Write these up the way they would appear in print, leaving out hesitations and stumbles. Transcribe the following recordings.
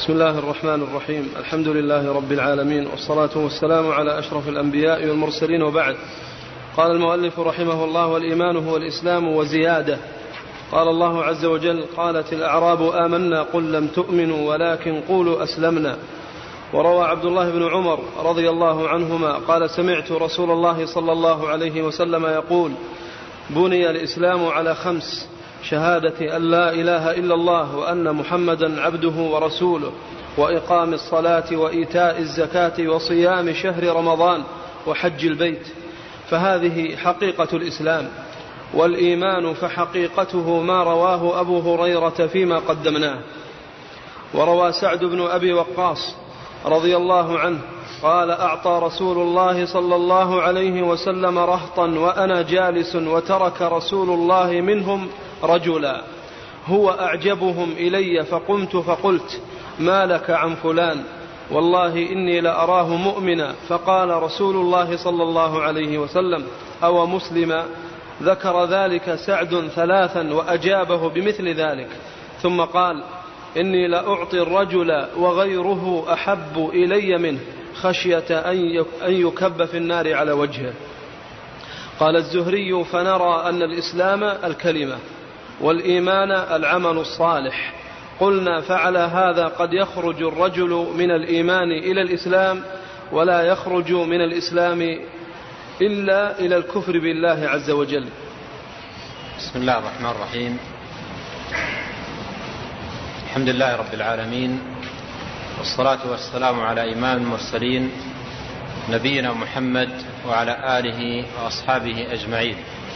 بسم الله الرحمن الرحيم. الحمد لله رب العالمين، والصلاة والسلام على أشرف الأنبياء والمرسلين، وبعد. قال المؤلف رحمه الله: والإيمان هو الإسلام وزيادة. قال الله عز وجل: قالت الأعراب آمنا قل لم تؤمنوا ولكن قولوا أسلمنا. وروى عبد الله بن عمر رضي الله عنهما قال: سمعت رسول الله صلى الله عليه وسلم يقول: بني الإسلام على 5: شهادة أن لا إله إلا الله وأن محمدا عبده ورسوله، وإقام الصلاة وإيتاء الزكاة وصيام شهر رمضان وحج البيت. فهذه حقيقة الإسلام. والإيمان فحقيقته ما رواه أبو هريرة فيما قدمناه. وروى سعد بن أبي وقاص رضي الله عنه قال: أعطى رسول الله صلى الله عليه وسلم رهطا وأنا جالس، وترك رسول الله منهم رجلا هو أعجبهم إلي، فقمت فقلت: ما لك عن فلان؟ والله إني لأراه مؤمنا. فقال رسول الله صلى الله عليه وسلم: أو مسلما؟ ذكر ذلك سعد 3 وأجابه بمثل ذلك، ثم قال: إني لأعطي الرجل وغيره أحب إلي منه، خشية أن يكب في النار على وجهه. قال الزهري: فنرى أن الإسلام الكلمة، والإيمان العمل الصالح. قلنا: فعلى هذا قد يخرج الرجل من الإيمان إلى الإسلام، ولا يخرج من الإسلام إلا إلى الكفر بالله عز وجل. بسم الله الرحمن الرحيم. الحمد لله رب العالمين، والصلاة والسلام على إمام المرسلين نبينا محمد وعلى آله وأصحابه أجمعين.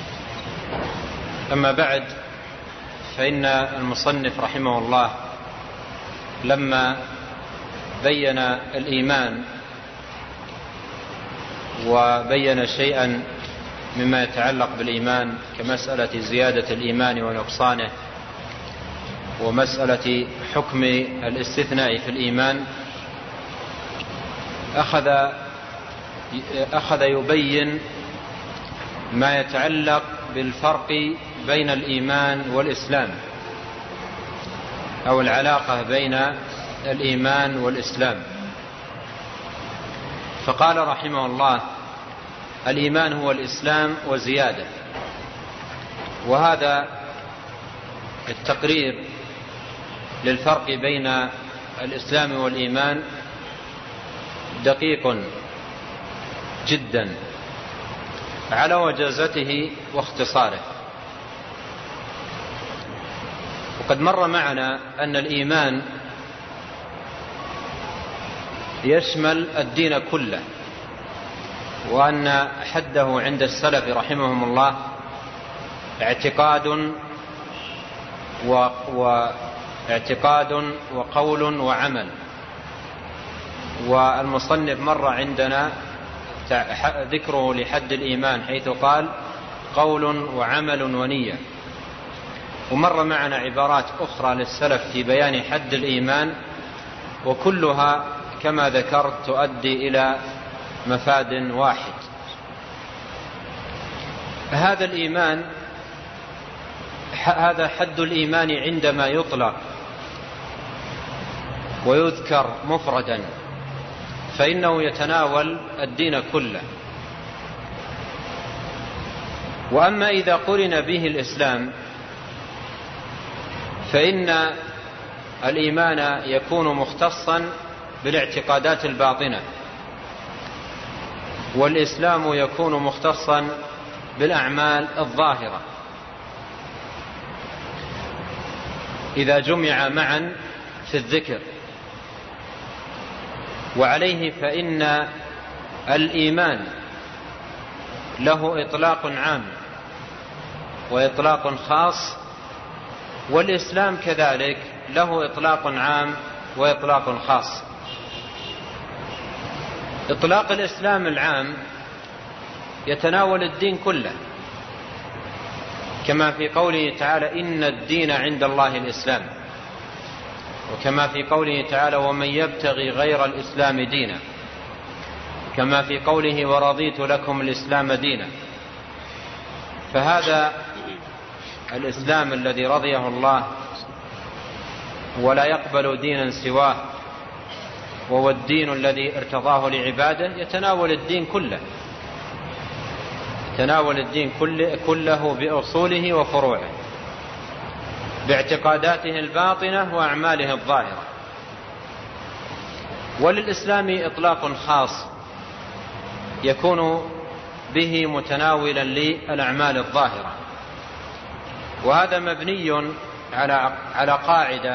أما بعد، فإن المصنف رحمه الله لما بين الإيمان وبين شيئا مما يتعلق بالإيمان كمسألة زيادة الإيمان ونقصانه، ومسألة حكم الاستثناء في الإيمان، أخذ يبين ما يتعلق بالفرق بين الإيمان والإسلام، أو العلاقة بين الإيمان والإسلام. فقال رحمه الله: الإيمان هو الإسلام وزيادة. وهذا التقرير للفرق بين الإسلام والإيمان دقيق جدا على وجازته واختصاره. وقد مر معنا أن الإيمان يشمل الدين كله، وأن حده عند السلف رحمهم الله اعتقاد وقول وعمل. والمصنف مر عندنا ذكره لحد الإيمان، حيث قال: قول وعمل ونية. ومر معنا عبارات أخرى للسلف في بيان حد الإيمان، وكلها كما ذكرت تؤدي إلى مفاد واحد. هذا الإيمان، هذا حد الإيمان عندما يطلق ويذكر مفردا، فإنه يتناول الدين كله. وأما إذا قرن به الإسلام، فإن الإيمان يكون مختصا بالاعتقادات الباطنة، والإسلام يكون مختصا بالأعمال الظاهرة إذا جمع معا في الذكر. وعليه فإن الإيمان له إطلاق عام وإطلاق خاص، والإسلام كذلك له إطلاق عام وإطلاق خاص. إطلاق الإسلام العام يتناول الدين كله، كما في قوله تعالى: إن الدين عند الله الإسلام، وكما في قوله تعالى: ومن يبتغي غير الإسلام دينا، كما في قوله: ورضيت لكم الإسلام دينا. فهذا الإسلام الذي رضيه الله ولا يقبل دينا سواه وهو الدين الذي ارتضاه لعباده يتناول الدين كله، يتناول الدين كله بأصوله وفروعه، باعتقاداته الباطنة وأعماله الظاهرة. وللإسلام إطلاق خاص يكون به متناولا للأعمال الظاهرة، وهذا مبني على قاعدة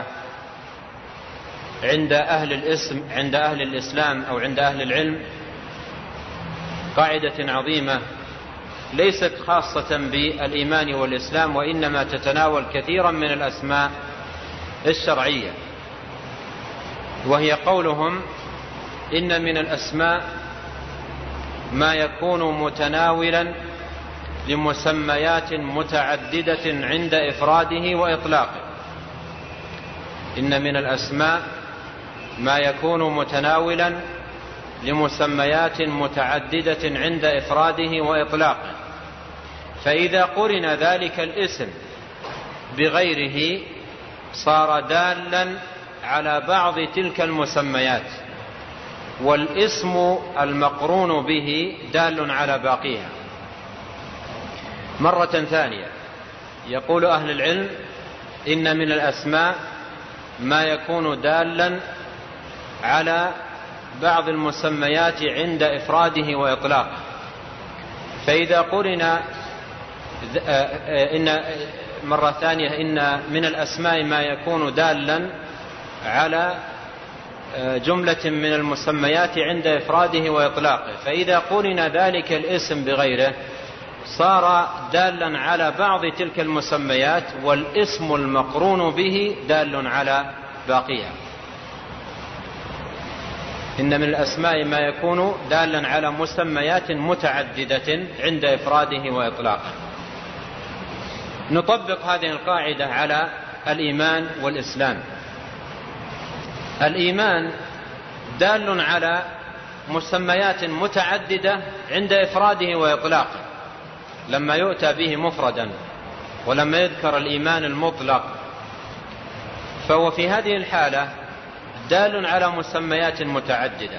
عند أهل الإسلام أو عند أهل العلم، قاعدة عظيمة ليست خاصة بالإيمان والإسلام، وإنما تتناول كثيرا من الأسماء الشرعية، وهي قولهم: إن من الأسماء ما يكون متناولا لمسميات متعددة عند إفراده وإطلاقه. إن من الأسماء ما يكون متناولا لمسميات متعددة عند إفراده وإطلاقه، فإذا قرن ذلك الاسم بغيره صار دالا على بعض تلك المسميات، والاسم المقرون به دال على باقيها. مرة ثانية يقول أهل العلم: إن من الأسماء ما يكون دالا على بعض المسميات عند إفراده وإطلاقه، فإذا قرن مرة ثانية إن من الأسماء ما يكون دالا على جملة من المسميات عند إفراده وإطلاقه، فإذا قرن ذلك الاسم بغيره صار دالا على بعض تلك المسميات، والاسم المقرون به دال على باقيها. إن من الأسماء ما يكون دالا على مسميات متعددة عند إفراده وإطلاقه. نطبق هذه القاعدة على الإيمان والإسلام. الإيمان دال على مسميات متعددة عند إفراده وإطلاقه، لما يؤتى به مفردا ولما يذكر الإيمان المطلق، فهو في هذه الحالة دال على مسميات متعددة،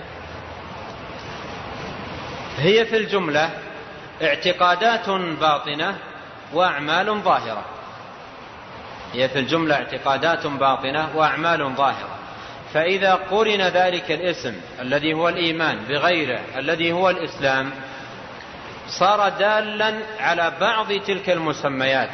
هي في الجملة اعتقادات باطنة وأعمال ظاهرة. هي في الجملة اعتقادات باطنة وأعمال ظاهرة، فإذا قرن ذلك الاسم الذي هو الإيمان بغيره الذي هو الإسلام صار دالا على بعض تلك المسميات.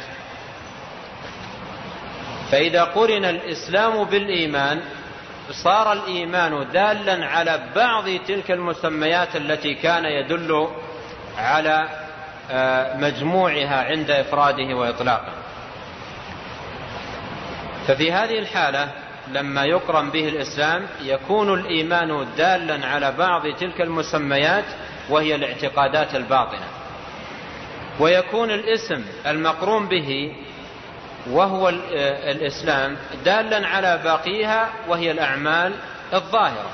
فإذا قرن الإسلام بالإيمان صار الإيمان دالا على بعض تلك المسميات التي كان يدل على مجموعها عند إفراده وإطلاقه. ففي هذه الحالة لما يقرن به الإسلام يكون الإيمان دالا على بعض تلك المسميات وهي الاعتقادات الباطنة، ويكون الاسم المقرون به وهو الإسلام دالا على باقيها وهي الأعمال الظاهرة.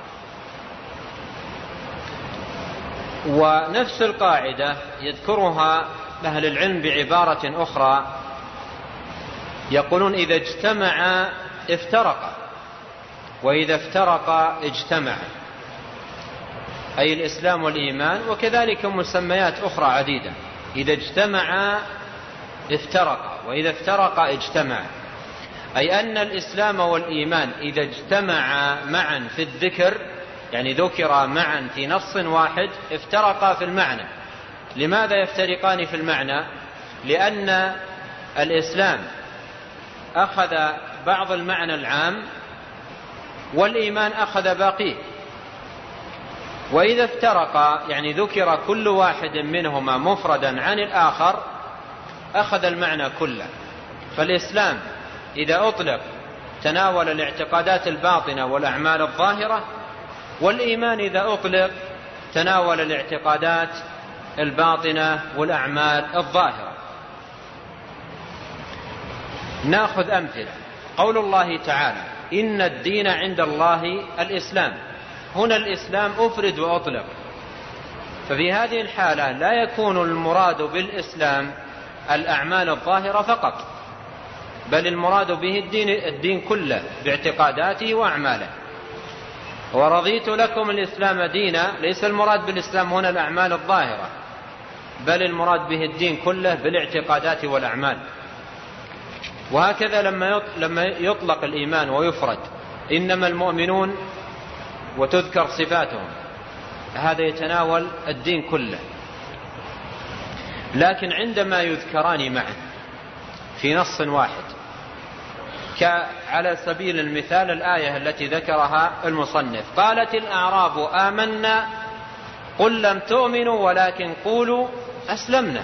ونفس القاعدة يذكرها أهل العلم بعبارة أخرى، يقولون: إذا اجتمعا افترقا، وإذا افترقا اجتمعا، أي الإسلام والإيمان، وكذلك مسميات أخرى عديدة. إذا اجتمعا افترقا، وإذا افترقا اجتمعا، أي أن الإسلام والإيمان إذا اجتمعا معا في الذكر، يعني ذكرا معا في نص واحد، افترقا في المعنى. لماذا يفترقان في المعنى؟ لأن الإسلام أخذ بعض المعنى العام والإيمان أخذ باقيه. وإذا افترقا يعني ذكر كل واحد منهما مفردا عن الآخر أخذ المعنى كله. فالإسلام إذا أطلق تناول الاعتقادات الباطنة والأعمال الظاهرة، والإيمان إذا أطلق تناول الاعتقادات الباطنة والأعمال الظاهرة. نأخذ أمثلة. قول الله تعالى: إن الدين عند الله الإسلام. هنا الإسلام أفرد وأطلق، ففي هذه الحالة لا يكون المراد بالإسلام الأعمال الظاهرة فقط، بل المراد به الدين كله باعتقاداته وأعماله. ورضيت لكم الإسلام دينا، ليس المراد بالإسلام هنا الأعمال الظاهرة، بل المراد به الدين كله بالاعتقادات والأعمال. وهكذا لما يطلق الإيمان ويفرد إنما المؤمنون وتذكر صفاتهم، هذا يتناول الدين كله. لكن عندما يذكران معا في نص واحد، على سبيل المثال الآية التي ذكرها المصنف: قالت الأعراب آمنا قل لم تؤمنوا ولكن قولوا أسلمنا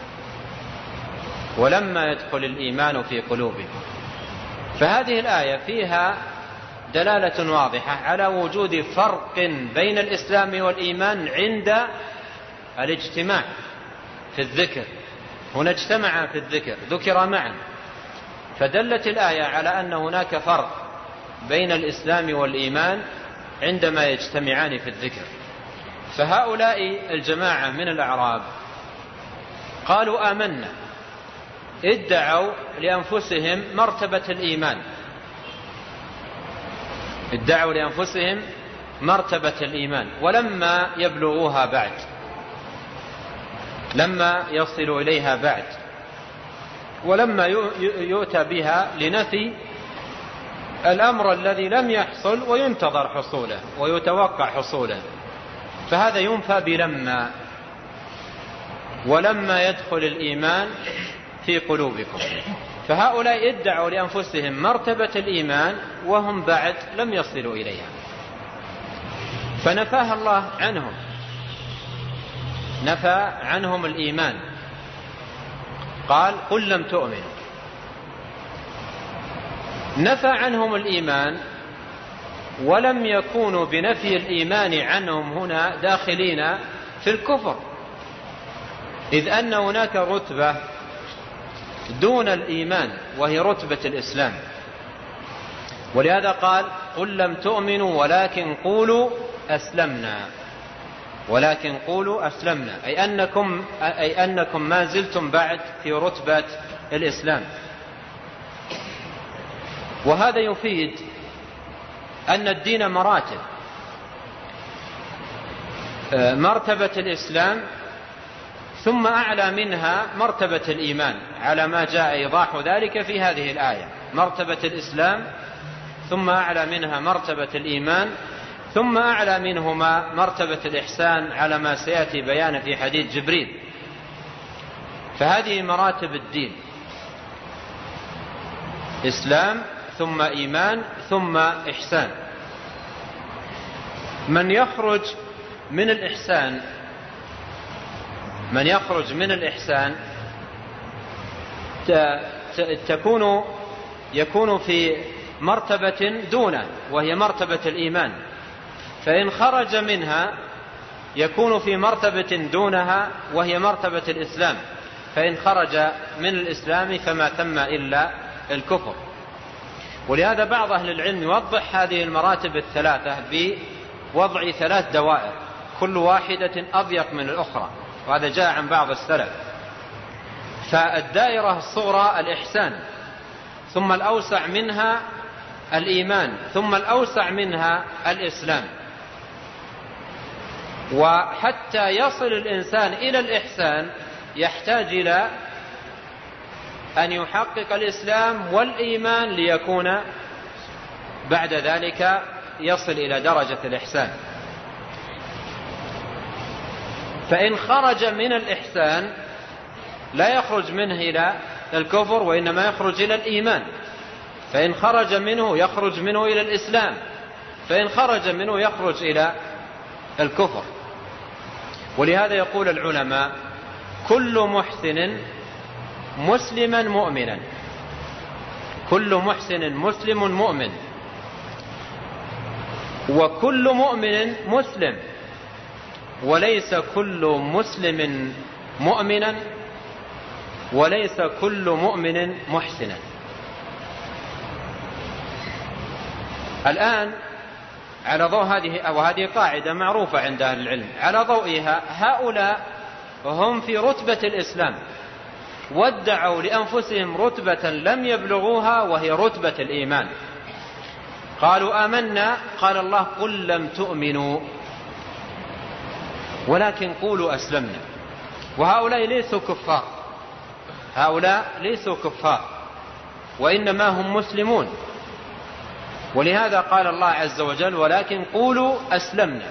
ولما يدخل الإيمان في قلوبكم. فهذه الآية فيها دلالة واضحة على وجود فرق بين الإسلام والإيمان عند الاجتماع في الذكر. هنا اجتمع في الذكر، ذكر معا، فدلت الآية على أن هناك فرق بين الإسلام والإيمان عندما يجتمعان في الذكر. فهؤلاء الجماعة من الأعراب قالوا آمنا، ادعوا لأنفسهم مرتبة الإيمان، ادعوا لأنفسهم مرتبة الإيمان ولما يبلغوها بعد، لما يصلوا إليها بعد، ولما يؤتى بها لنفي الأمر الذي لم يحصل وينتظر حصوله ويتوقع حصوله، فهذا ينفى بلما، ولما يدخل الإيمان في قلوبكم. فهؤلاء ادعوا لأنفسهم مرتبة الإيمان وهم بعد لم يصلوا إليها، فنفاها الله عنهم، نفى عنهم الإيمان، قال قل لم تؤمنوا. نفى عنهم الإيمان ولم يكونوا بنفي الإيمان عنهم هنا داخلين في الكفر، إذ أن هناك رتبة دون الإيمان وهي رتبة الإسلام. ولهذا قال قل لم تؤمنوا ولكن قولوا أسلمنا، ولكن قولوا أسلمنا، أي أنكم ما زلتم بعد في رتبة الإسلام. وهذا يفيد أن الدين مراتب، مرتبة الإسلام ثم أعلى منها مرتبة الإيمان، على ما جاء إيضاح ذلك في هذه الآية: مرتبة الإسلام ثم أعلى منها مرتبة الإيمان ثم أعلى منهما مرتبة الإحسان، على ما سيأتي بيانه في حديث جبريل. فهذه مراتب الدين: إسلام ثم إيمان ثم إحسان. من يخرج من الإحسان يكون في مرتبة دونه وهي مرتبة الإيمان، فإن خرج منها يكون في مرتبة دونها وهي مرتبة الإسلام، فإن خرج من الإسلام فما ثم إلا الكفر. ولهذا بعض أهل العلم يوضح هذه المراتب الثلاثة بوضع 3 دوائر كل واحدة أضيق من الأخرى، وهذا جاء عن بعض السلف. فالدائرة الصغرى الإحسان، ثم الأوسع منها الإيمان، ثم الأوسع منها الإسلام. وحتى يصل الإنسان إلى الإحسان يحتاج إلى أن يحقق الإسلام والإيمان ليكون بعد ذلك يصل إلى درجة الإحسان. فإن خرج من الإحسان لا يخرج منه إلى الكفر وإنما يخرج إلى الإيمان، فإن خرج منه يخرج منه إلى الإسلام، فإن خرج منه يخرج إلى الكفر. ولهذا يقول العلماء: كل محسن مسلما مؤمنا، كل محسن مسلم مؤمن، وكل مؤمن مسلم، وليس كل مسلم مؤمنا، وليس كل مؤمن محسنا. الآن على ضوء وهذه قاعدة معروفة عند أهل العلم، على ضوئها هؤلاء هم في رتبة الإسلام وادعوا لأنفسهم رتبة لم يبلغوها وهي رتبة الإيمان، قالوا آمنا، قال الله قل لم تؤمنوا ولكن قولوا أسلمنا. وهؤلاء ليسوا كفار، هؤلاء ليسوا كفار وإنما هم مسلمون. ولهذا قال الله عز وجل ولكن قولوا أسلمنا،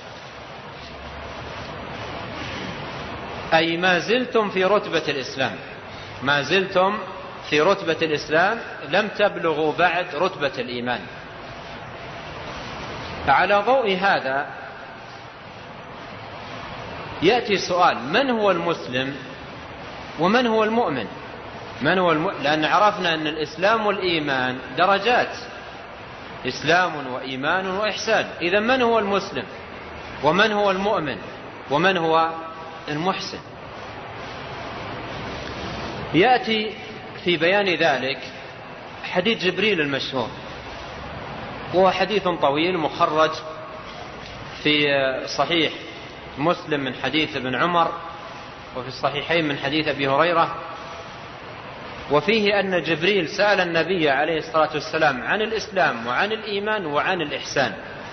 أي ما زلتم في رتبة الإسلام، ما زلتم في رتبة الإسلام، لم تبلغوا بعد رتبة الإيمان. على ضوء هذا يأتي سؤال: من هو المسلم ومن هو المؤمن؟ لأن عرفنا أن الإسلام والإيمان درجات، إسلام وإيمان وإحسان. إذا من هو المسلم ومن هو المؤمن ومن هو المحسن؟ يأتي في بيان ذلك حديث جبريل المشهور، وهو حديث طويل مخرج في صحيح مسلم من حديث ابن عمر، وفي الصحيحين من حديث أبي هريرة، وفيه أن جبريل سأل النبي عليه الصلاة والسلام عن الإسلام وعن الإيمان وعن الإحسان.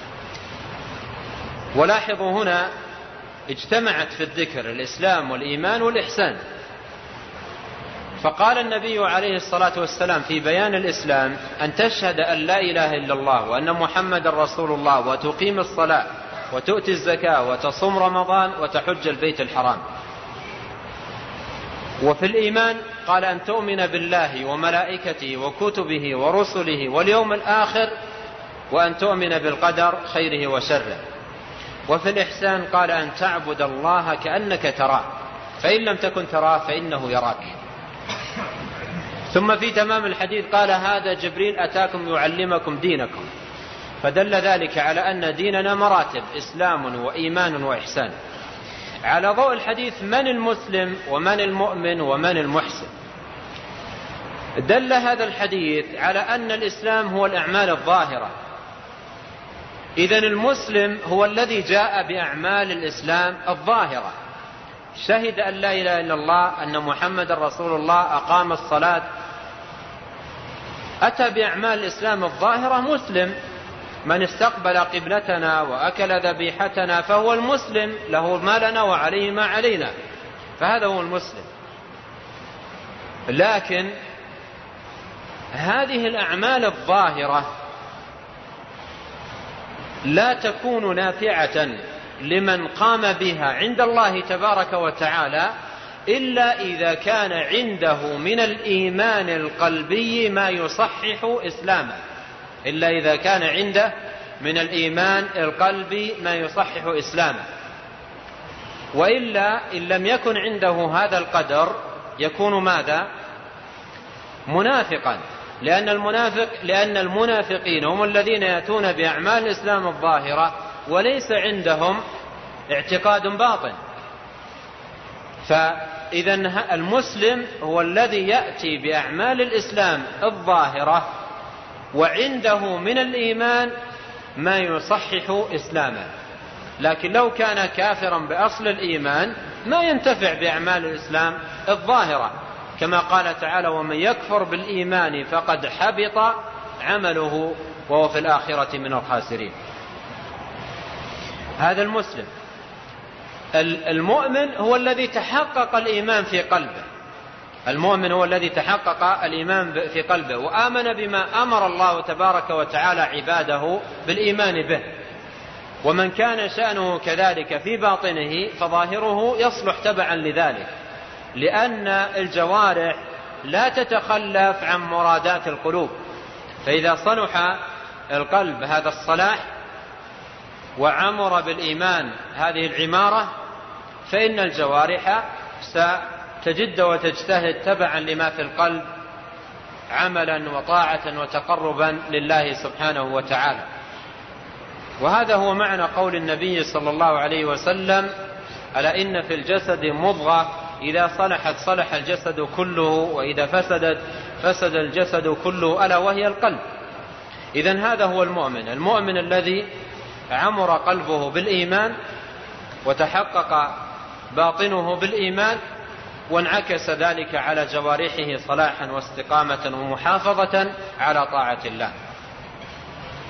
ولاحظوا هنا اجتمعت في الذكر الإسلام والإيمان والإحسان. فقال النبي عليه الصلاة والسلام في بيان الإسلام: أن تشهد أن لا إله إلا الله وأن محمد رسول الله وتقيم الصلاة وتؤتي الزكاة وتصوم رمضان وتحج البيت الحرام. وفي الإيمان قال: أن تؤمن بالله وملائكته وكتبه ورسله واليوم الآخر وأن تؤمن بالقدر خيره وشره. وفي الإحسان قال: أن تعبد الله كأنك تراه فإن لم تكن تراه فإنه يراك. ثم في تمام الحديث قال: هذا جبريل أتاكم يعلمكم دينكم. فدل ذلك على أن ديننا مراتب: إسلام وإيمان وإحسان. على ضوء الحديث من المسلم ومن المؤمن ومن المحسن؟ دل هذا الحديث على أن الإسلام هو الأعمال الظاهرة. إذن المسلم هو الذي جاء بأعمال الإسلام الظاهرة، شهد أن لا إله إلا الله، أن محمد رسول الله، أقام الصلاة، أتى بأعمال الإسلام الظاهرة مسلم. من استقبل قبلتنا وأكل ذبيحتنا فهو المسلم، له ما لنا وعليه ما علينا، فهذا هو المسلم. لكن هذه الأعمال الظاهرة لا تكون نافعة لمن قام بها عند الله تبارك وتعالى إلا إذا كان عنده من الإيمان القلبي ما يصحح إسلامه، إلا إذا كان عنده من الإيمان القلبي ما يصحح إسلامه. وإلا إن لم يكن عنده هذا القدر يكون ماذا؟ منافقا. لأن المنافقين هم الذين يأتون بأعمال الإسلام الظاهرة وليس عندهم اعتقاد باطن. فإذا المسلم هو الذي يأتي بأعمال الإسلام الظاهرة وعنده من الإيمان ما يصحح إسلامه. لكن لو كان كافرا بأصل الإيمان ما ينتفع بأعمال الإسلام الظاهرة، كما قال تعالى: ومن يكفر بالإيمان فقد حبط عمله وهو في الآخرة من الخاسرين. هذا المسلم. المؤمن هو الذي تحقق الإيمان في قلبه، المؤمن هو الذي تحقق الإيمان في قلبه وآمن بما أمر الله تبارك وتعالى عباده بالإيمان به. ومن كان شأنه كذلك في باطنه فظاهره يصلح تبعا لذلك، لأن الجوارح لا تتخلف عن مرادات القلوب. فإذا صلح القلب هذا الصلاح وعمر بالإيمان هذه العمارة فإن الجوارح ستجد وتجتهد تبعا لما في القلب عملا وطاعة وتقربا لله سبحانه وتعالى. وهذا هو معنى قول النبي صلى الله عليه وسلم: ألا إن في الجسد مضغة إذا صلحت صلح الجسد كله وإذا فسدت فسد الجسد كله ألا وهي القلب. إذن هذا هو المؤمن، المؤمن الذي عمر قلبه بالإيمان وتحقق باطنه بالإيمان وانعكس ذلك على جوارحه صلاحا واستقامة ومحافظة على طاعة الله.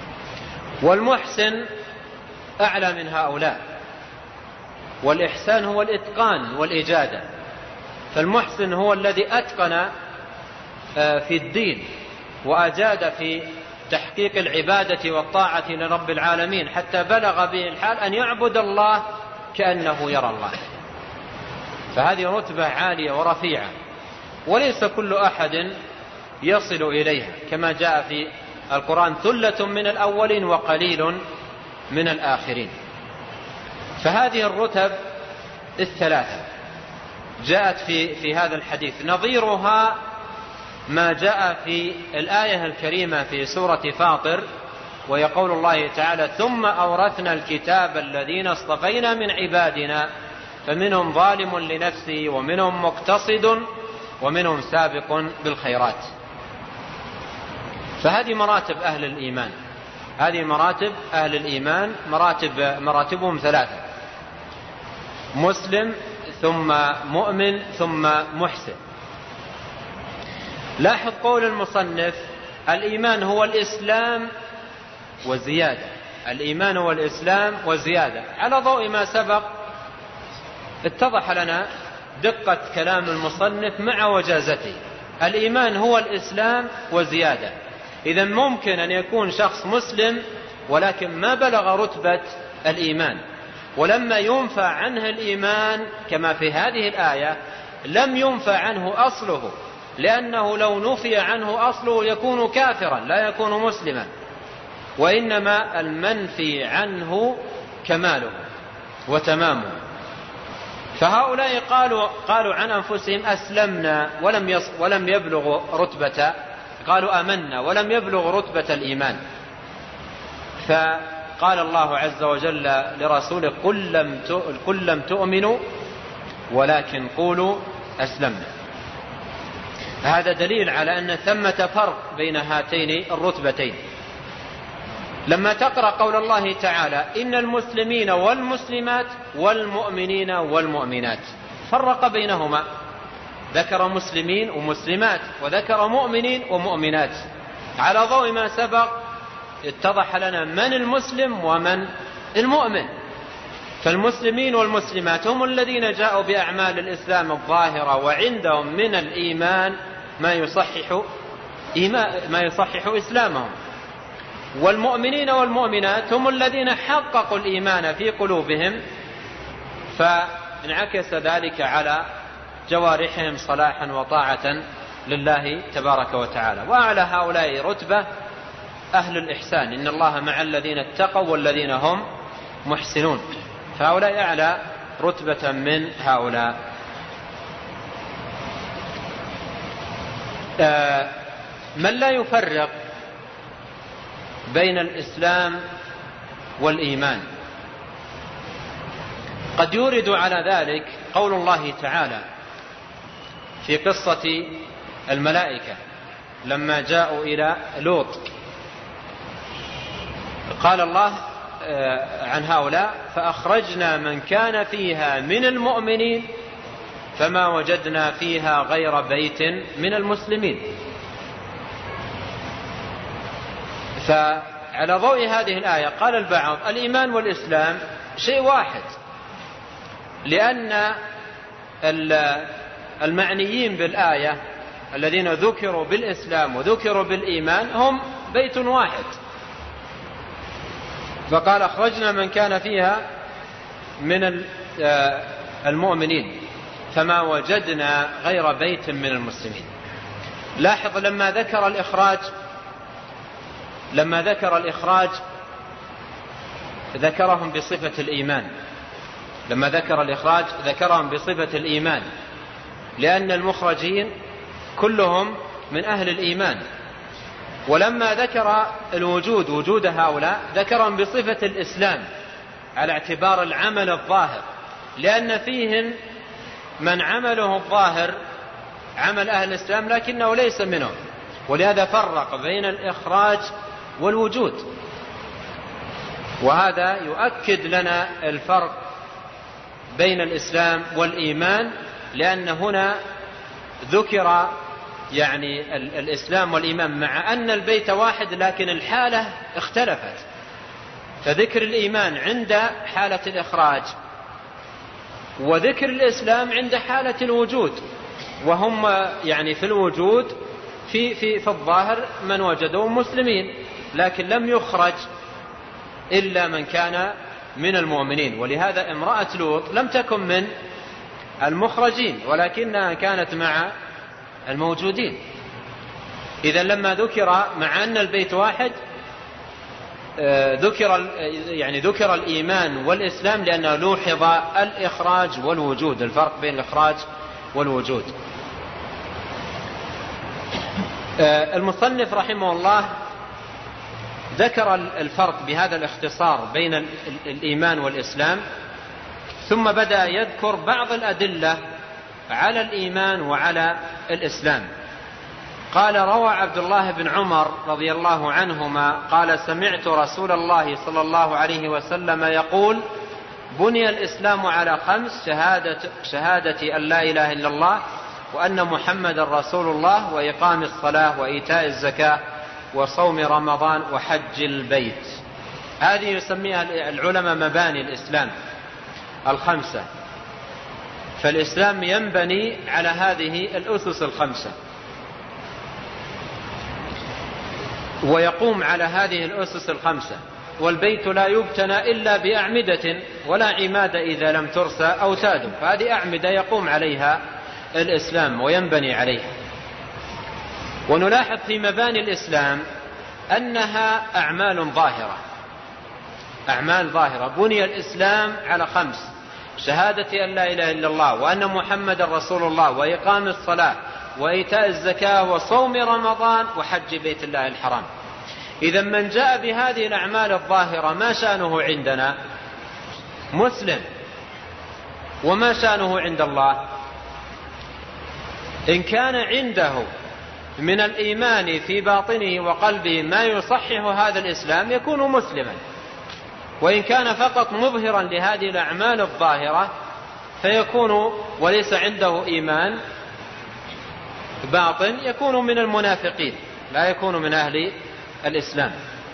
والمحسن أعلى من هؤلاء. والإحسان هو الإتقان والإجادة، فالمحسن هو الذي أتقن في الدين وأجاد في تحقيق العبادة والطاعة لرب العالمين حتى بلغ به الحال أن يعبد الله كأنه يرى الله. فهذه رتبة عالية ورفيعة، وليس كل أحد يصل إليها، كما جاء في القرآن: ثلة من الأولين وقليل من الآخرين. فهذه الرتب الثلاثة جاءت في هذا الحديث. نظيرها ما جاء في الآية الكريمة في سورة فاطر، ويقول الله تعالى: ثم أورثنا الكتاب الذين اصطفينا من عبادنا فمنهم ظالم لنفسه ومنهم مقتصد ومنهم سابق بالخيرات. فهذه مراتب أهل الإيمان، هذه مراتب أهل الإيمان، مراتبهم ثلاثة: مسلم ثم مؤمن ثم محسن. لاحظ قول المصنف: الإيمان هو الإسلام وزيادة. الإيمان هو الإسلام وزيادة. على ضوء ما سبق اتضح لنا دقة كلام المصنف مع وجازته. الإيمان هو الإسلام وزيادة. إذن ممكن أن يكون شخص مسلم ولكن ما بلغ رتبة الإيمان، ولما ينفى عنه الإيمان كما في هذه الآية لم ينفى عنه أصله، لأنه لو نفي عنه أصله يكون كافرا لا يكون مسلما، وإنما المنفي عنه كماله وتمامه. فهؤلاء قالوا عن أنفسهم: أسلمنا ولم يبلغوا رتبة، قالوا آمنا ولم يبلغوا رتبة الإيمان. فقال الله عز وجل لرسوله: قل لم تؤمنوا ولكن قولوا أسلمنا. هذا دليل على أن ثمة فرق بين هاتين الرتبتين. لما تقرأ قول الله تعالى: إن المسلمين والمسلمات والمؤمنين والمؤمنات، فرق بينهما، ذكر مسلمين ومسلمات وذكر مؤمنين ومؤمنات. على ضوء ما سبق اتضح لنا من المسلم ومن المؤمن. فالمسلمين والمسلمات هم الذين جاءوا بأعمال الإسلام الظاهرة، وعندهم من الإيمان ما يصحح إسلامهم. والمؤمنين والمؤمنات هم الذين حققوا الإيمان في قلوبهم، فانعكس ذلك على جوارحهم صلاحا وطاعة لله تبارك وتعالى. وأعلى هؤلاء رتبة أهل الإحسان: إن الله مع الذين اتقوا والذين هم محسنون. فهؤلاء أعلى رتبة من هؤلاء. من لا يفرق بين الإسلام والإيمان قد يورد على ذلك قول الله تعالى في قصة الملائكة لما جاءوا إلى لوط. قال الله عن هؤلاء: فأخرجنا من كان فيها من المؤمنين فما وجدنا فيها غير بيت من المسلمين. فعلى ضوء هذه الآية قال البعض: الإيمان والإسلام شيء واحد، لأن المعنيين بالآية الذين ذكروا بالإسلام وذكروا بالإيمان هم بيت واحد. فقال: أخرجنا من كان فيها من المؤمنين فما وجدنا غير بيت من المسلمين. لاحظ لما ذكر الإخراج ذكرهم بصفة الإيمان. لما ذكر الإخراج ذكرهم بصفة الإيمان، لأن المخرجين كلهم من أهل الإيمان. ولما ذكر وجود هؤلاء ذكرهم بصفة الإسلام على اعتبار العمل الظاهر، لأن فيهم من عمله الظاهر عمل أهل الإسلام لكنه ليس منهم، ولهذا فرق بين الإخراج والوجود. وهذا يؤكد لنا الفرق بين الإسلام والإيمان، لأن هنا ذكر يعني الإسلام والإيمان مع أن البيت واحد، لكن الحالة اختلفت. فذكر الإيمان عند حالة الإخراج، وذكر الإسلام عند حالة الوجود، وهم يعني في الوجود في الظاهر من وجدوا مسلمين، لكن لم يخرج إلا من كان من المؤمنين. ولهذا امرأة لوط لم تكن من المخرجين، ولكنها كانت مع الموجودين. إذا لما ذكر مع أن البيت واحد ذكر الإيمان والإسلام لأنه لوحظ الإخراج والوجود، الفرق بين الإخراج والوجود. المصنف رحمه الله ذكر الفرق بهذا الاختصار بين الإيمان والإسلام، ثم بدأ يذكر بعض الأدلة على الإيمان وعلى الإسلام. قال: روى عبد الله بن عمر رضي الله عنهما قال: سمعت رسول الله صلى الله عليه وسلم يقول: بني الإسلام على 5: شهادة أن لا إله إلا الله وأن محمد رسول الله وإقام الصلاة وإيتاء الزكاة وصوم رمضان وحج البيت. هذه يسميها العلماء مباني الإسلام 5. فالإسلام ينبني على هذه الأسس 5 ويقوم على هذه الأسس 5. والبيت لا يبتنى إلا بأعمدة ولا عماد إذا لم ترسى أوتاد، فهذه أعمدة يقوم عليها الإسلام وينبني عليها. ونلاحظ في مباني الإسلام أنها أعمال ظاهرة. بني الإسلام على 5: شهادة أن لا إله إلا الله وأن محمد رسول الله وإقام الصلاة وإيتاء الزكاة وصوم رمضان وحج بيت الله الحرام. إذا من جاء بهذه الأعمال الظاهرة ما شأنه عندنا؟ مسلم. وما شأنه عند الله؟ إن كان عنده من الإيمان في باطنه وقلبه ما يصحح هذا الإسلام يكون مسلما، وإن كان فقط مظهرا لهذه الأعمال الظاهرة فيكون وليس عنده إيمان باطن يكون من المنافقين، لا يكون من أهل الإسلام.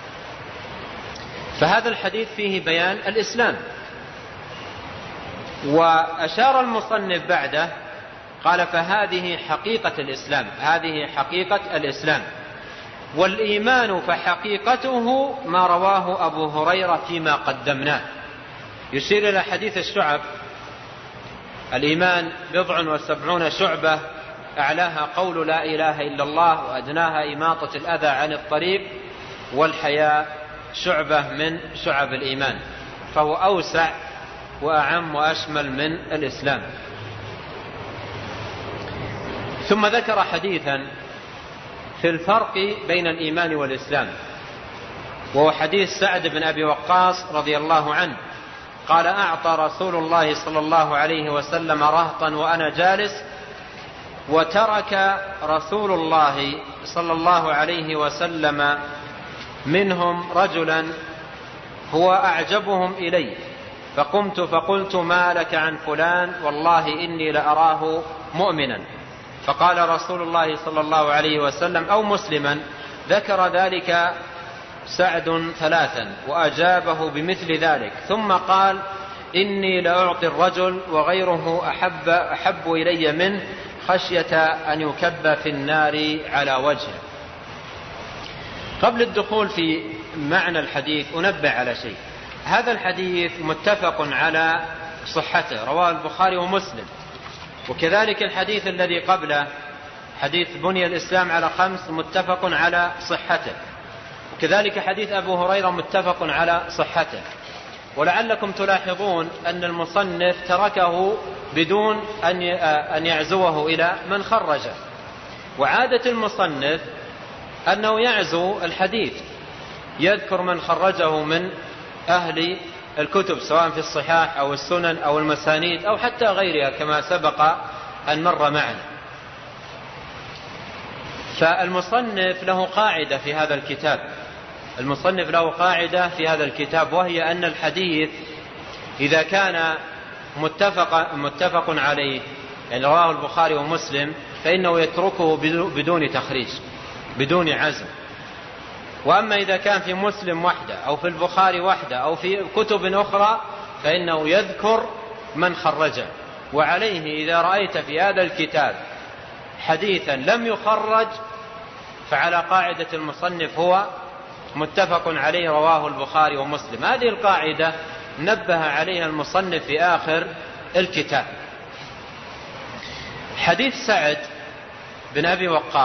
فهذا الحديث فيه بيان الإسلام. وأشار المصنف بعده قال: فهذه حقيقة الإسلام، هذه حقيقة الإسلام. والإيمان فحقيقته ما رواه أبو هريرة فيما قدمناه. يشير إلى حديث الشعب: الإيمان 70 شعبة، أعلاها قول لا إله إلا الله وأدناها إماطة الأذى عن الطريق، والحياء شعبة من شعب الإيمان. فهو أوسع وأعم وأشمل من الإسلام. ثم ذكر حديثا في الفرق بين الإيمان والإسلام، وهو حديث سعد بن أبي وقاص رضي الله عنه قال: أعطى رسول الله صلى الله عليه وسلم رهطا وأنا جالس، وترك رسول الله صلى الله عليه وسلم منهم رجلا هو أعجبهم إلي، فقمت فقلت: ما لك عن فلان؟ والله إني لأراه مؤمنا. فقال رسول الله صلى الله عليه وسلم: أو مسلما. ذكر ذلك سعد 3 وأجابه بمثل ذلك، ثم قال: إني لأعطي الرجل وغيره أحب إلي منه خشية أن يكب في النار على وجهه. قبل الدخول في معنى الحديث أنبه على شيء. هذا الحديث متفق على صحته، رواه البخاري ومسلم، وكذلك الحديث الذي قبله حديث بني الإسلام على 5 متفق على صحته، وكذلك حديث أبو هريرة متفق على صحته. ولعلكم تلاحظون أن المصنف تركه بدون أن يعزوه إلى من خرجه، وعادة المصنف أنه يعزو الحديث، يذكر من خرجه من أهل الكتب سواء في الصحاح أو السنن أو المسانيد أو حتى غيرها كما سبق أن مر معنا. فالمصنف له قاعدة في هذا الكتاب، وهي أن الحديث إذا كان متفق عليه، يعني رواه البخاري ومسلم، فإنه يتركه بدون تخريج، بدون عزم. وأما إذا كان في مسلم وحده أو في البخاري وحده أو في كتب أخرى فإنه يذكر من خرجه. وعليه إذا رأيت في هذا الكتاب حديثا لم يخرج فعلى قاعدة المصنف هو متفق عليه رواه البخاري ومسلم. هذه القاعدة نبه عليها المصنف في آخر الكتاب. حديث سعد بن أبي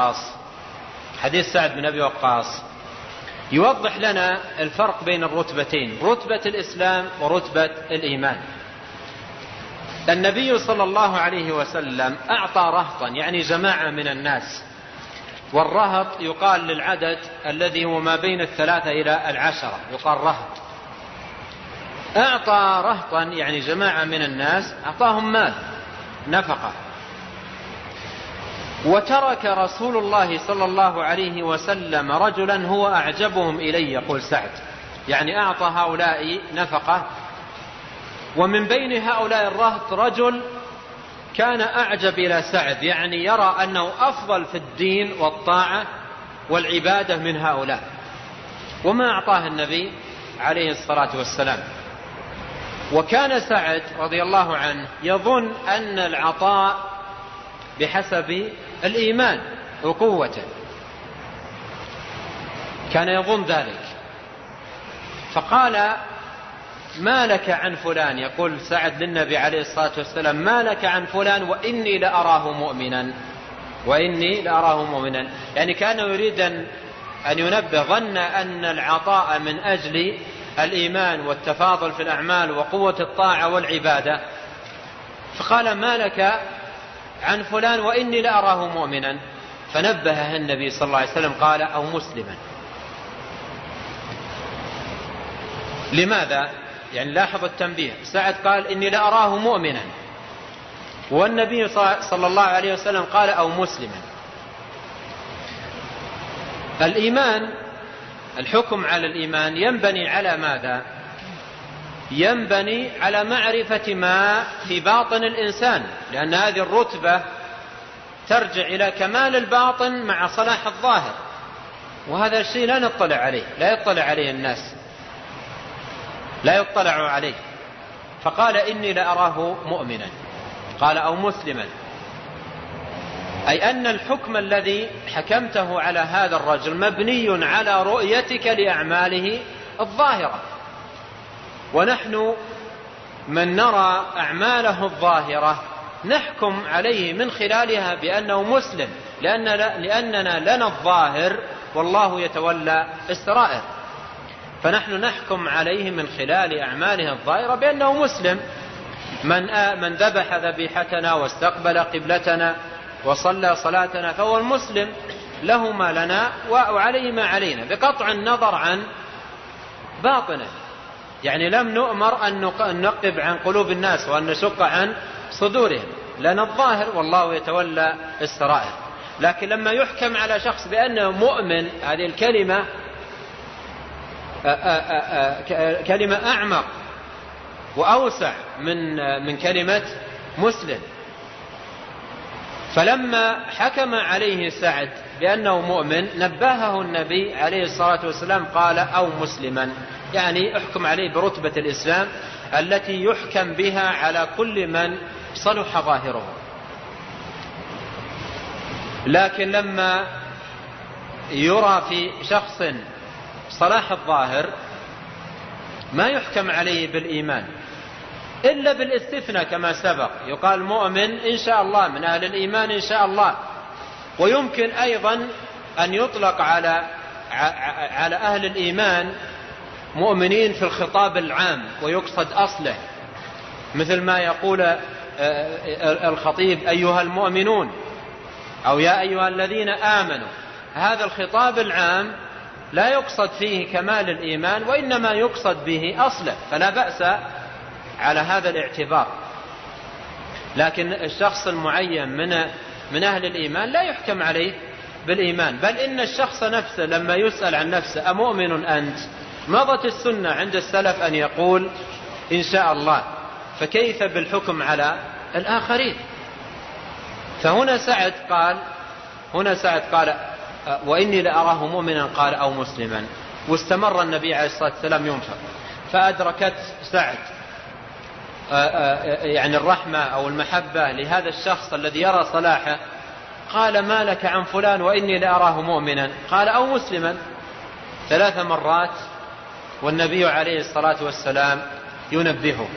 وقاص يوضح لنا الفرق بين الرتبتين، رتبة الإسلام ورتبة الإيمان. النبي صلى الله عليه وسلم أعطى رهطا يعني جماعة من الناس، والرهط يقال للعدد الذي هو ما بين 3 إلى 10 يقال رهط. أعطى رهطا يعني جماعة من الناس، أعطاهم مال نفقة. وترك رسول الله صلى الله عليه وسلم رجلا هو أعجبهم إلي، يقول سعد، يعني أعطى هؤلاء نفقة، ومن بين هؤلاء الرهط رجل كان أعجب إلى سعد، يعني يرى أنه أفضل في الدين والطاعة والعبادة من هؤلاء، وما أعطاه النبي عليه الصلاة والسلام. وكان سعد رضي الله عنه يظن أن العطاء بحسب الإيمان وقوته، كان يظن ذلك. فقال: ما لك عن فلان، يقول سعد للنبي عليه الصلاة والسلام: ما لك عن فلان وإني لأراه مؤمنا، يعني كان يريد أن ينبه، ظن أن العطاء من أجل الإيمان والتفاضل في الأعمال وقوة الطاعة والعبادة. فقال: ما لك عن فلان وإني لأراه مؤمنا، فنبهه النبي صلى الله عليه وسلم قال: أو مسلما. لماذا؟ يعني لاحظ التنبيه، سعد قال: إني لأراه مؤمنا، والنبي صلى الله عليه وسلم قال: أو مسلما. الإيمان، الحكم على الإيمان ينبني على ماذا؟ ينبني على معرفة ما في باطن الإنسان، لأن هذه الرتبة ترجع إلى كمال الباطن مع صلاح الظاهر، وهذا الشيء لا نطلع عليه، لا يطلع عليه الناس، لا يطلع عليه. فقال: إني لأراه مؤمنا، قال: أو مسلما، أي أن الحكم الذي حكمته على هذا الرجل مبني على رؤيتك لأعماله الظاهرة، ونحن من نرى أعماله الظاهرة نحكم عليه من خلالها بأنه مسلم، لأننا لنا الظاهر والله يتولى السرائر، فنحن نحكم عليه من خلال أعماله الظاهرة بأنه مسلم. من ذبح ذبيحتنا واستقبل قبلتنا وصلى صلاتنا فهو المسلم، له ما لنا وعليه ما علينا، بقطع النظر عن باطنه. يعني لم نؤمر أن ننقب عن قلوب الناس وأن نشق عن صدورهم، لنا الظاهر والله يتولى السرائر. لكن لما يحكم على شخص بأنه مؤمن، هذه الكلمة كلمة أعمق وأوسع من كلمة مسلم. فلما حكم عليه سعد بأنه مؤمن نبهه النبي عليه الصلاة والسلام قال: أو مسلما، يعني احكم عليه برتبة الإسلام التي يحكم بها على كل من صلح ظاهره. لكن لما يرى في شخص صلاح الظاهر ما يحكم عليه بالإيمان إلا بالاستثناء كما سبق، يقال مؤمن إن شاء الله، من أهل الإيمان إن شاء الله. ويمكن أيضا أن يطلق على أهل الإيمان مؤمنين في الخطاب العام ويقصد أصله، مثل ما يقول الخطيب: أيها المؤمنون، أو يا أيها الذين آمنوا. هذا الخطاب العام لا يقصد فيه كمال الإيمان، وإنما يقصد به أصله، فلا بأس على هذا الاعتبار. لكن الشخص المعين من أهل الإيمان لا يحكم عليه بالإيمان، بل إن الشخص نفسه لما يسأل عن نفسه: أمؤمن أنت؟ مضت السنة عند السلف أن يقول: إن شاء الله، فكيف بالحكم على الآخرين؟ فهنا سعد قال: وإني لأراه مؤمنا قال أو مسلما. واستمر النبي عليه الصلاة والسلام ينفق، فأدركت سعد يعني الرحمة أو المحبة لهذا الشخص الذي يرى صلاحه، قال ما لك عن فلان وإني لأراه مؤمنا قال أو مسلما 3 مرات، والنبي عليه الصلاة والسلام ينبهه.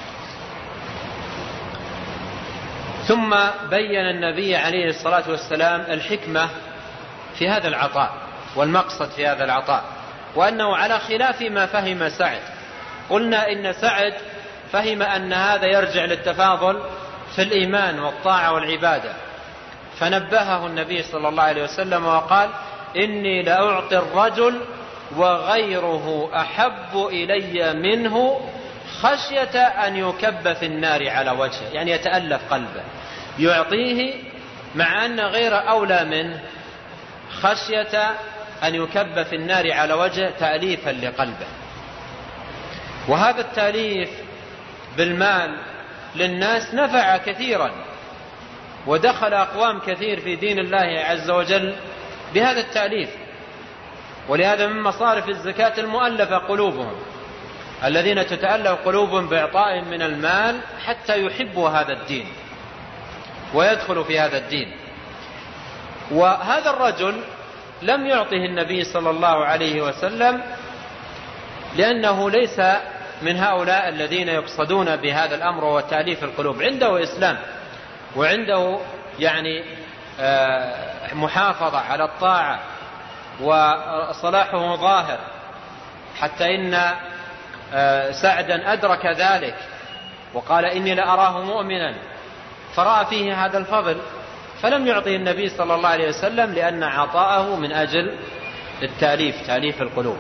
ثم بين النبي عليه الصلاة والسلام الحكمة في هذا العطاء والمقصد في هذا العطاء، وأنه على خلاف ما فهم سعد. قلنا إن سعد فهم أن هذا يرجع للتفاضل في الإيمان والطاعة والعبادة، فنبهه النبي صلى الله عليه وسلم وقال إني لأعطي الرجل وغيره أحب إلي منه خشية أن يكب في النار على وجهه، يعني يتألف قلبه، يعطيه مع أن غير أولى منه خشية أن يكب في النار على وجهه تأليفا لقلبه. وهذا التأليف بالمال للناس نفع كثيرا، ودخل أقوام كثير في دين الله عز وجل بهذا التأليف. ولهذا من مصارف الزكاة المؤلفة قلوبهم، الذين تتألف قلوبهم بإعطاء من المال حتى يحبوا هذا الدين ويدخلوا في هذا الدين. وهذا الرجل لم يعطه النبي صلى الله عليه وسلم لأنه ليس من هؤلاء الذين يقصدون بهذا الأمر وتأليف القلوب، عنده إسلام وعنده يعني محافظة على الطاعة وصلاحه ظاهر، حتى إن سعدا أدرك ذلك وقال إني لأراه مؤمنا، فرأى فيه هذا الفضل فلم يعطيه النبي صلى الله عليه وسلم، لأن عطاءه من أجل التأليف، تأليف القلوب.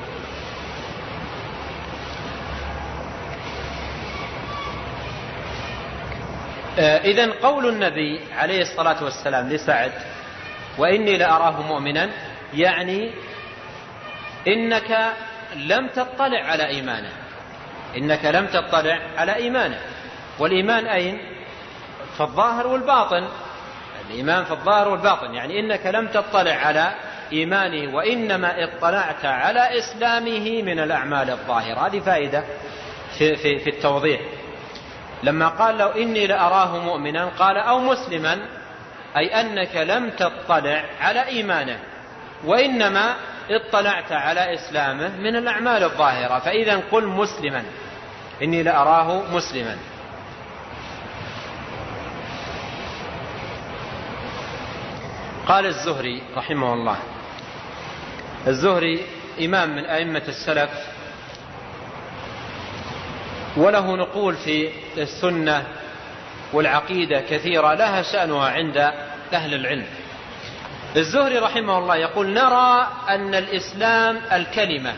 إذن قول النبي عليه الصلاة والسلام لسعد وإني لأراه مؤمنا يعني إنك لم تطلع على إيمانه، إنك لم تطلع على إيمانه. والإيمان أين؟ في الظاهر والباطن، الإيمان في الظاهر والباطن، يعني إنك لم تطلع على إيمانه وإنما اطلعت على إسلامه من الأعمال الظاهرة. هذه فائدة في التوضيح. لما قال لو إني لأراه مؤمنا قال أو مسلما، أي أنك لم تطلع على إيمانه وإنما اطلعت على إسلامه من الأعمال الظاهرة. فإذا قل مسلما، إني لأراه مسلما. قال الزهري رحمه الله، الزهري إمام من أئمة السلف، وله نقول في السنة والعقيدة كثيرة لها شأنها عند أهل العلم. الزهري رحمه الله يقول نرى أن الإسلام الكلمة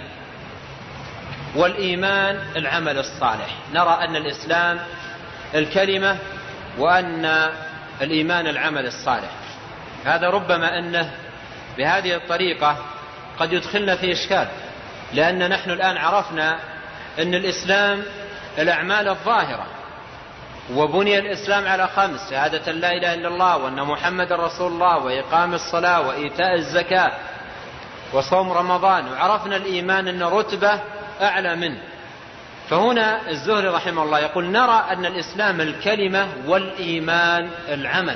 والإيمان العمل الصالح. نرى أن الإسلام الكلمة وأن الإيمان العمل الصالح. هذا ربما أنه بهذه الطريقة قد يدخلنا في إشكال، لأن نحن الآن عرفنا أن الإسلام الأعمال الظاهرة، وبني الإسلام على 5: شهادة لا إله إلا الله وأن محمد رسول الله وإقام الصلاة وإيتاء الزكاة وصوم رمضان. وعرفنا الإيمان أن رتبة أعلى منه. فهنا الزهري رحمه الله يقول نرى أن الإسلام الكلمة والإيمان العمل،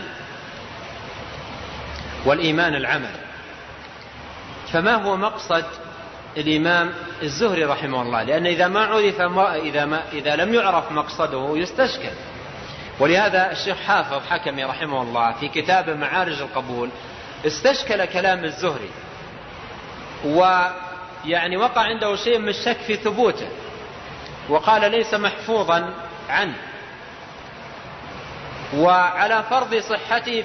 والإيمان العمل. فما هو مقصد الإمام الزهري رحمه الله؟ لأن إذا ما عرف إذا لم يعرف مقصده يستشكل. ولهذا الشيخ حافظ حكمي رحمه الله في كتاب معارج القبول استشكل كلام الزهري، ويعني وقع عنده شيء من الشك في ثبوته، وقال ليس محفوظا عنه، وعلى فرض صحته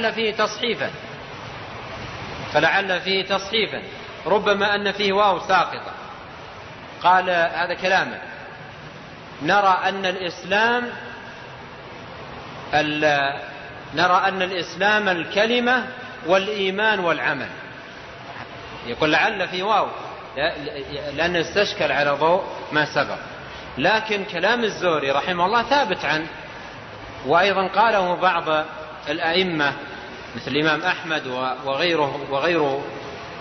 فلعل فيه تصحيفا ربما أن فيه واو ساقطة. قال هذا كلامه: نرى أن الإسلام الكلمة والإيمان والعمل. يقول لعل في واو لأن استشكل على ضوء ما سبق، لكن كلام الزهري رحمه الله ثابت عنه، وأيضا قاله بعض الأئمة مثل الإمام أحمد وغيره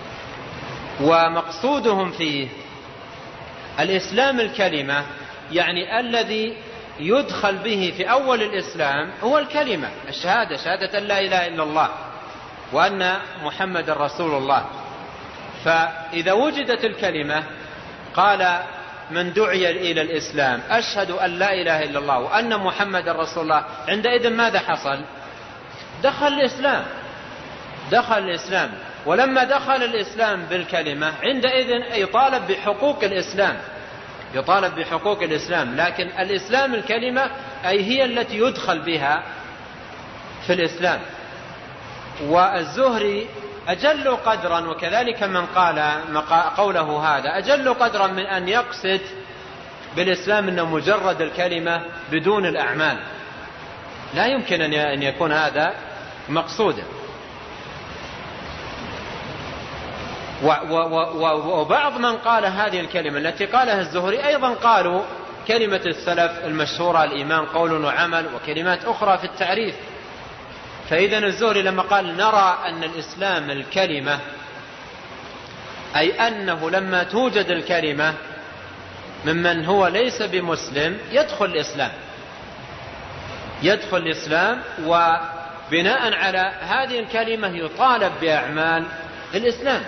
ومقصودهم فيه الإسلام الكلمة، يعني الذي يدخل به في أول الإسلام هو الكلمة، الشهادة، شهادة أن لا إله إلا الله وأن محمد رسول الله. فإذا وجدت الكلمة قال من دعي إلى الإسلام أشهد أن لا إله إلا الله وأن محمد رسول الله، عندئذ ماذا حصل؟ دخل الإسلام. ولما دخل الإسلام بالكلمة عندئذ يطالب بحقوق الإسلام، لكن الإسلام الكلمة أي هي التي يدخل بها في الإسلام. والزهري أجل قدرا، وكذلك من قال قوله هذا أجل قدرا من أن يقصد بالإسلام أنه مجرد الكلمة بدون الأعمال، لا يمكن أن يكون هذا مقصودا. وبعض من قال هذه الكلمة التي قالها الزهري أيضا قالوا كلمة السلف المشهورة الإيمان قول وعمل، وكلمات أخرى في التعريف. فإذا الزهري لما قال نرى أن الإسلام الكلمة، أي أنه لما توجد الكلمة ممن هو ليس بمسلم يدخل الإسلام، وبناء على هذه الكلمة يطالب بأعمال الإسلام،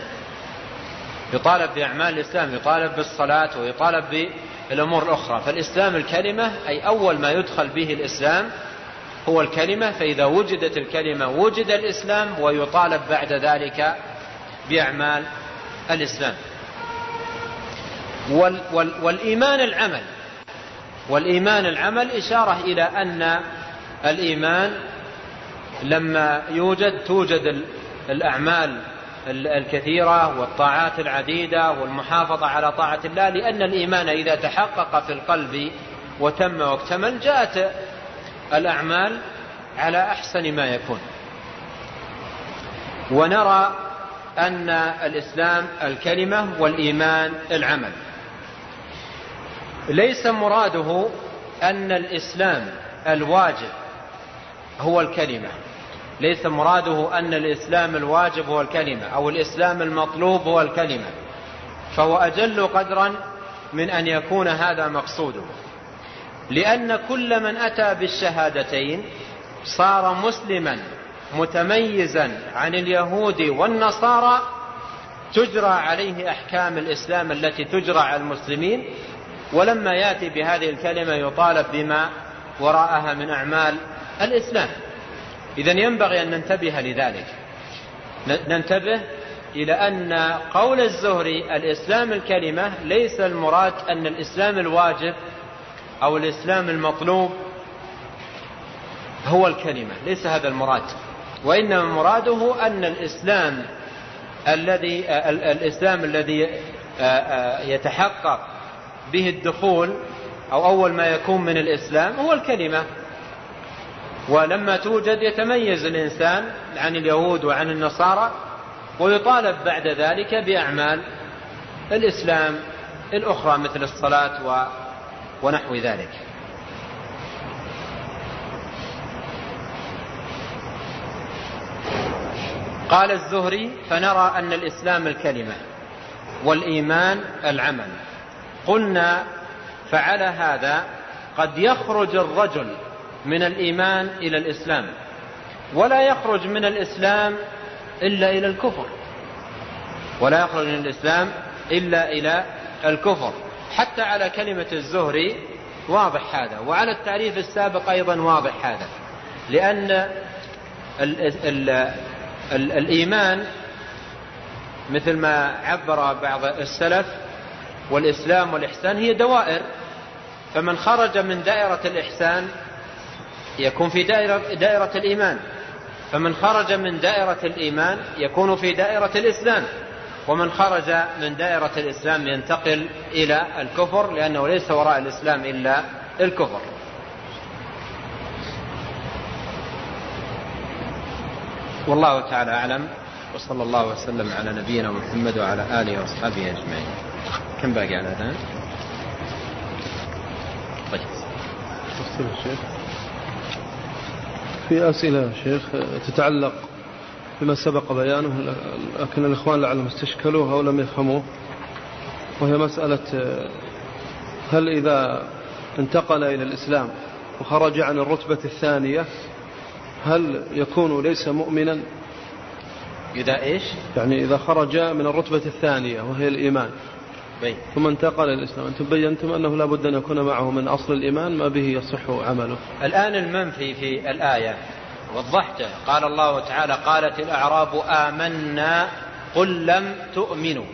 يطالب بالصلاة ويطالب بالأمور الأخرى. فالإسلام الكلمة أي أول ما يدخل به الإسلام هو الكلمة، فإذا وجدت الكلمة وجد الإسلام، ويطالب بعد ذلك بأعمال الإسلام. والإيمان العمل إشارة إلى أن الإيمان لما توجد الأعمال الكثيرة والطاعات العديدة والمحافظة على طاعة الله، لأن الإيمان إذا تحقق في القلب وتم واكتمل جاءت الأعمال على أحسن ما يكون. ونرى أن الإسلام الكلمة والإيمان العمل. ليس مراده أن الإسلام الواجب هو الكلمة، ليس مراده أن الإسلام الواجب هو الكلمة أو الإسلام المطلوب هو الكلمة، فهو أجل قدرا من أن يكون هذا مقصوده، لأن كل من أتى بالشهادتين صار مسلما متميزا عن اليهود والنصارى، تجرى عليه أحكام الإسلام التي تجرى على المسلمين، ولما يأتي بهذه الكلمة يطالب بما وراءها من أعمال الإسلام. إذن ينبغي أن ننتبه لذلك، ننتبه إلى أن قول الزهري الإسلام الكلمة ليس المراد أن الإسلام الواجب أو الإسلام المطلوب هو الكلمة، ليس هذا المراد، وإنما مراده أن الإسلام الذي يتحقق به الدخول أو أول ما يكون من الإسلام هو الكلمة. ولما توجد يتميز الإنسان عن اليهود وعن النصارى، ويطالب بعد ذلك بأعمال الإسلام الأخرى مثل الصلاة ونحو ذلك. قال الزهري فنرى أن الإسلام الكلمة والإيمان العمل. قلنا فعلى هذا قد يخرج الرجل من الإيمان إلى الإسلام، ولا يخرج من الإسلام إلا إلى الكفر، ولا يخرج من الإسلام إلا إلى الكفر. حتى على كلمة الزهري واضح هذا، وعلى التعريف السابق أيضا واضح هذا، لأن الإيمان مثل ما عبر بعض السلف والإسلام والإحسان هي دوائر، فمن خرج من دائرة الإحسان يكون في دائرة الإيمان، فمن خرج من دائرة الإيمان يكون في دائرة الإسلام، ومن خرج من دائرة الإسلام ينتقل إلى الكفر، لأنه ليس وراء الإسلام إلا الكفر. والله تعالى أعلم، وصلى الله وسلم على نبينا محمد وعلى آله وأصحابه أجمعين. كم باقي على الآن؟ طيب في أسئلة شيخ تتعلق بما سبق بيانه، لكن الإخوان لعلهم استشكلوه أو لم يفهموه، وهي مسألة هل إذا انتقل إلى الإسلام وخرج عن الرتبة الثانية هل يكون ليس مؤمنا؟ إذا إيش؟ يعني إذا خرج من الرتبة الثانية وهي الإيمان ثم انتقل إلى الإسلام، أنتم بينتم أنه لا بد أن يكون معه من أصل الإيمان ما به يصح عمله. الآن المنفي في الآية وضحته، قال الله تعالى: قالت الأعراب آمنا قل لم تؤمنوا.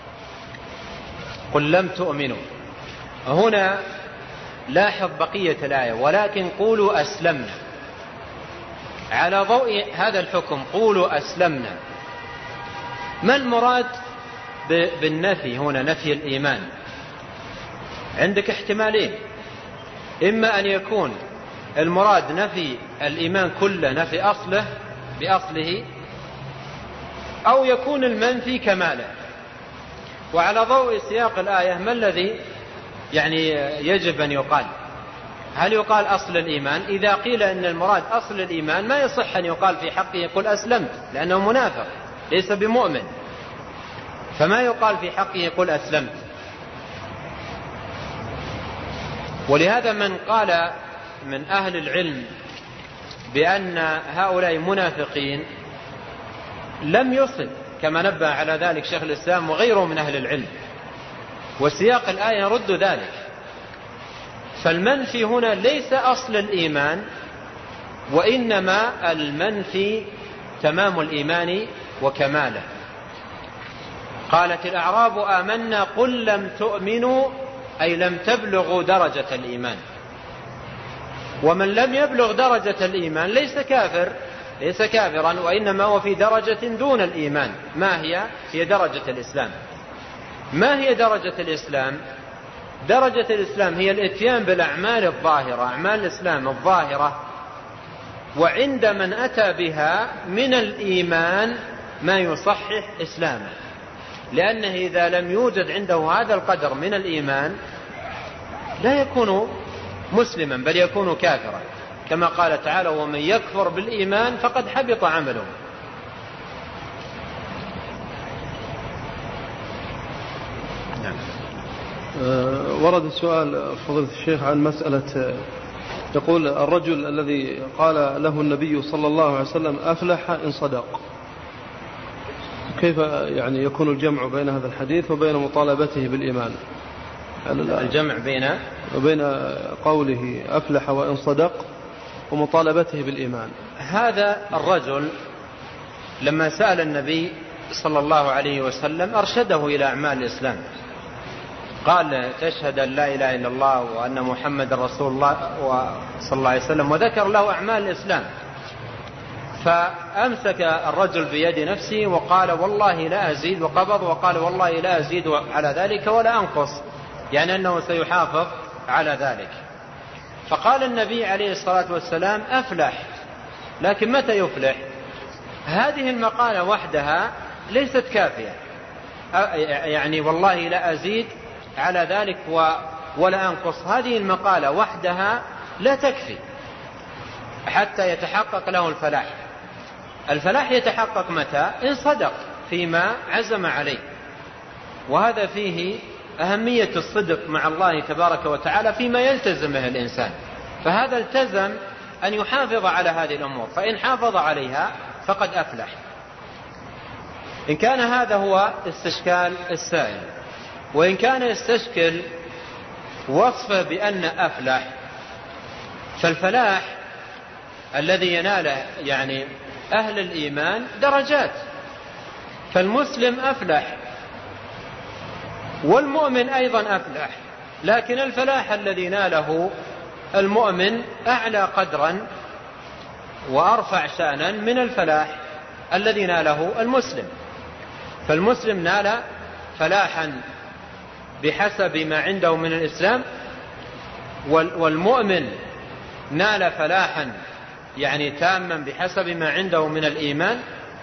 قل لم تؤمنوا هنا لاحظ بقية الآية: ولكن قولوا أسلمنا. على ضوء هذا الحكم قولوا أسلمنا، ما المراد بالنفي هنا؟ نفي الإيمان عندك احتمالين: إما أن يكون المراد نفي الإيمان كله، نفي أصله بأصله، أو يكون المنفي كماله. وعلى ضوء سياق الآية ما الذي يعني يجب أن يقال؟ هل يقال أصل الإيمان؟ إذا قيل أن المراد أصل الإيمان ما يصح أن يقال في حقه يقول أسلمت، لأنه منافق ليس بمؤمن، فما يقال في حقه يقول أسلمت. ولهذا من قال من أهل العلم بأن هؤلاء منافقين لم يصل، كما نبه على ذلك شيخ الإسلام وغيره من أهل العلم، وسياق الآية يرد ذلك. فالمنفي هنا ليس أصل الإيمان، وإنما المنفي تمام الإيمان وكماله. قالت الأعراب آمنا قل لم تؤمنوا، أي لم تبلغوا درجة الإيمان. ومن لم يبلغ درجة الإيمان ليس كافر، ليس كافرا، وإنما هو في درجة دون الإيمان. ما هي؟ هي درجة الإسلام. ما هي درجة الإسلام؟ درجة الإسلام هي الاتيان بالأعمال الظاهرة، أعمال الإسلام الظاهرة، وعند من أتى بها من الإيمان ما يصحح إسلامه، لأنه إذا لم يوجد عنده هذا القدر من الإيمان لا يكون مسلما بل يكون كافرا، كما قال تعالى: ومن يكفر بالإيمان فقد حبط عمله. ورد السؤال فضيلة الشيخ عن مسألة، يقول الرجل الذي قال له النبي صلى الله عليه وسلم أفلح إن صدق، كيف يعني يكون الجمع بين هذا الحديث وبين مطالبته بالإيمان؟ الجمع بين قوله أفلح وإن صدق ومطالبته بالإيمان. هذا الرجل لما سأل النبي صلى الله عليه وسلم أرشده إلى أعمال الإسلام، قال: تشهد أن لا إله إلا الله وأن محمد رسول الله صلى الله عليه وسلم، وذكر له أعمال الإسلام. فأمسك الرجل بيد نفسه وقال: والله لا أزيد، وقبض وقال: والله لا أزيد على ذلك ولا أنقص، يعني أنه سيحافظ على ذلك. فقال النبي عليه الصلاة والسلام: أفلح. لكن متى يفلح؟ هذه المقالة وحدها ليست كافية، يعني والله لا أزيد على ذلك ولا أنقص، هذه المقالة وحدها لا تكفي حتى يتحقق له الفلاح. الفلاح يتحقق متى؟ إن صدق فيما عزم عليه، وهذا فيه أهمية الصدق مع الله تبارك وتعالى فيما يلتزمه الإنسان. فهذا التزم أن يحافظ على هذه الأمور، فإن حافظ عليها فقد أفلح. إن كان هذا هو استشكال السائل، وإن كان يستشكل وصفه بأن أفلح، فالفلاح الذي يناله يعني أهل الإيمان درجات، فالمسلم أفلح والمؤمن أيضا أفلح، لكن الفلاح الذي ناله المؤمن أعلى قدرا وأرفع شأنا من الفلاح الذي ناله المسلم. فالمسلم نال فلاحا بحسب ما عنده من الإسلام، والمؤمن نال فلاحا يعني تاما بحسب ما عنده من الإيمان،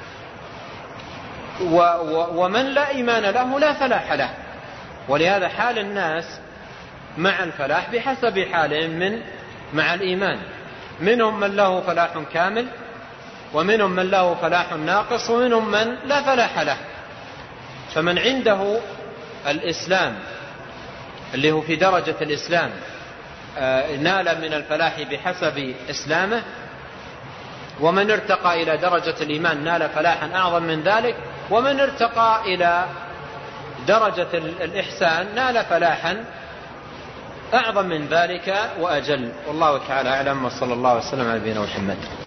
ومن لا إيمان له لا فلاح له. ولهذا حال الناس مع الفلاح بحسب حالهم مع الإيمان. منهم من له فلاح كامل ومنهم من له فلاح ناقص ومنهم من لا فلاح له. فمن عنده الإسلام اللي هو في درجة الإسلام نال من الفلاح بحسب إسلامه، ومن ارتقى إلى درجة الإيمان نال فلاحا أعظم من ذلك، ومن ارتقى إلى درجة الإحسان نال فلاحا أعظم من ذلك وأجل. والله تعالى أعلم، وصلى الله وسلم على نبينا محمد.